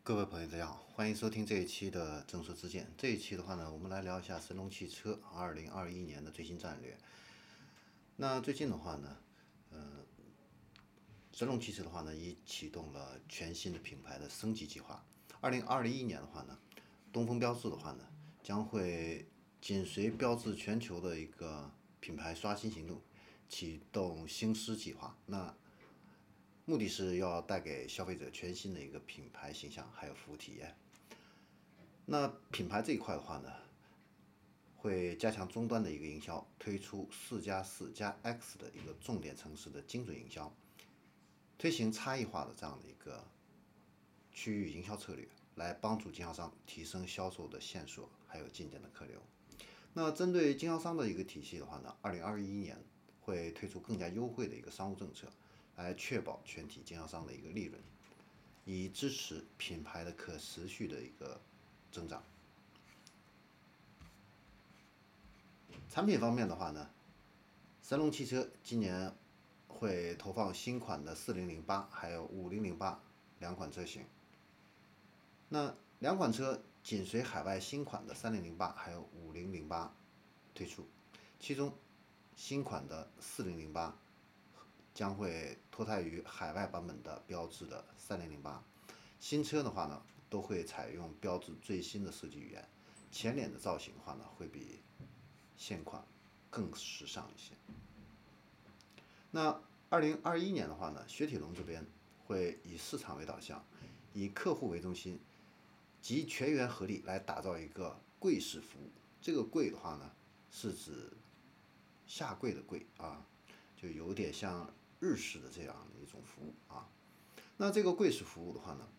各位朋友，大家好，欢迎收听这一期的正说之见。这一期的话呢，我们来聊一下神龙汽车2021年的最新战略。那最近的话呢，神龙汽车的话呢，已启动了全新的品牌的升级计划。2021年的话呢，东风标致的话呢，将会紧随标致全球的一个品牌刷新行动，启动兴狮计划。那目的是要带给消费者全新的一个品牌形象，还有服务体验。那品牌这一块的话呢，会加强终端的一个营销，推出4+4+X 的一个重点城市的精准营销，推行差异化的这样的一个区域营销策略，来帮助经销商提升销售的线索，还有进店的客流。那针对经销商的一个体系的话呢，2021年会推出更加优惠的一个商务政策，来确保全体经销商的一个利润，以支持品牌的可持续的一个增长。产品方面的话呢，神龙汽车今年会投放新款的4008还有5008两款车型。那两款车紧随海外新款的3008还有5008推出，其中新款的4008将会脱胎于海外版本的标致的3008。新车的话呢，都会采用标致最新的设计语言，前脸的造型的话呢，会比现款更时尚一些。那2021年的话呢，雪铁龙这边会以市场为导向，以客户为中心，集全员合力来打造一个柜式服务。这个柜的话呢，是指下跪的跪啊，就有点像日式的这样的一种服务啊。那这个柜式服务的话呢，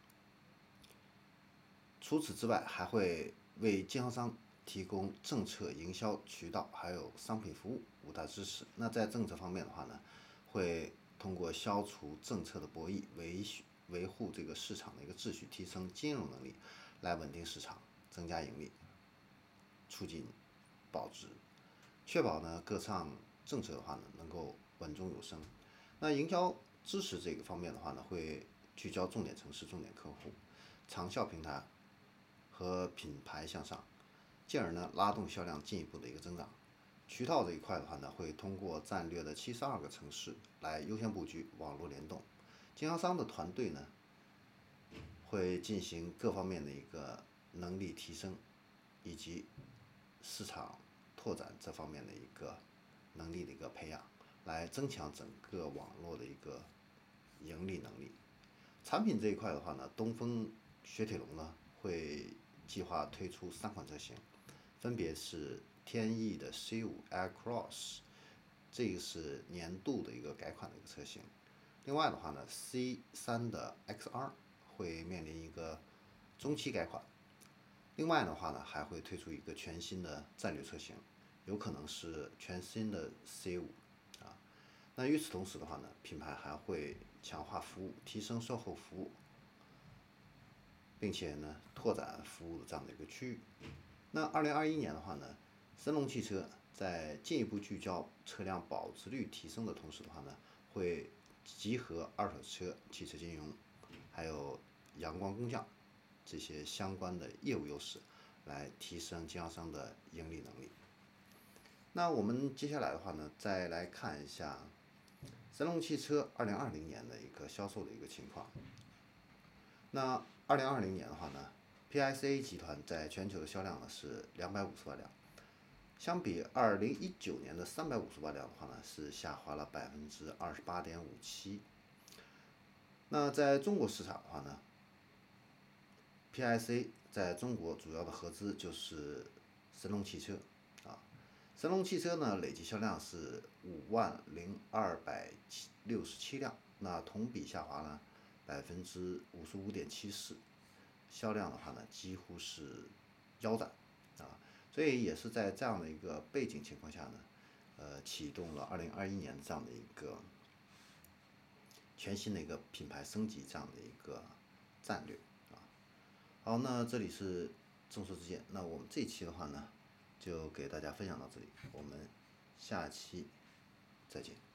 除此之外还会为经销商提供政策、营销渠道还有商品服务五大支持。那在政策方面的话呢，会通过消除政策的博弈，维护这个市场的一个秩序，提升金融能力，来稳定市场，增加盈利，促进保值，确保呢各项政策的话呢能够稳中有升。那营销支持这个方面的话呢，会聚焦重点城市、重点客户、长效平台和品牌向上，进而呢拉动销量进一步的一个增长。渠道这一块的话呢，会通过战略的72个城市来优先布局网络联动。经销商的团队呢，会进行各方面的一个能力提升，以及市场拓展这方面的一个能力的一个培养，来增强整个网络的一个盈利能力。产品这一块的话呢，东风雪铁龙呢会计划推出3款车型，分别是天翼的 C5 Aircross， 这个是年度的一个改款的一个车型。另外的话呢 ，C3 的 XR 会面临一个中期改款。另外的话呢，还会推出一个全新的战略车型，有可能是全新的 C5啊。那与此同时的话呢，品牌还会强化服务，提升售后服务，并且呢拓展服务的这样的一个区域。那2021年的话呢，神龙汽车在进一步聚焦车辆保值率提升的同时的话呢，会集合二手车、汽车金融，还有阳光工匠这些相关的业务优势，来提升经销商的盈利能力。那我们接下来的话呢，再来看一下神龙汽车2020年的一个销售的一个情况。那2020年的话呢， PSA 集团在全球的销量呢是250万辆，相比2019年的350万辆的话呢，是下滑了28.57%。那在中国市场的话呢， PSA 在中国主要的合资就是神龙汽车啊。神龙汽车呢累计销量是50267辆，那同比下滑了55.74%，销量的话呢几乎是腰斩啊。所以也是在这样的一个背景情况下呢，启动了2021年这样的一个全新的一个品牌升级这样的一个战略啊。好，那这里是众说之见，那我们这一期的话呢，就给大家分享到这里，我们下期再见。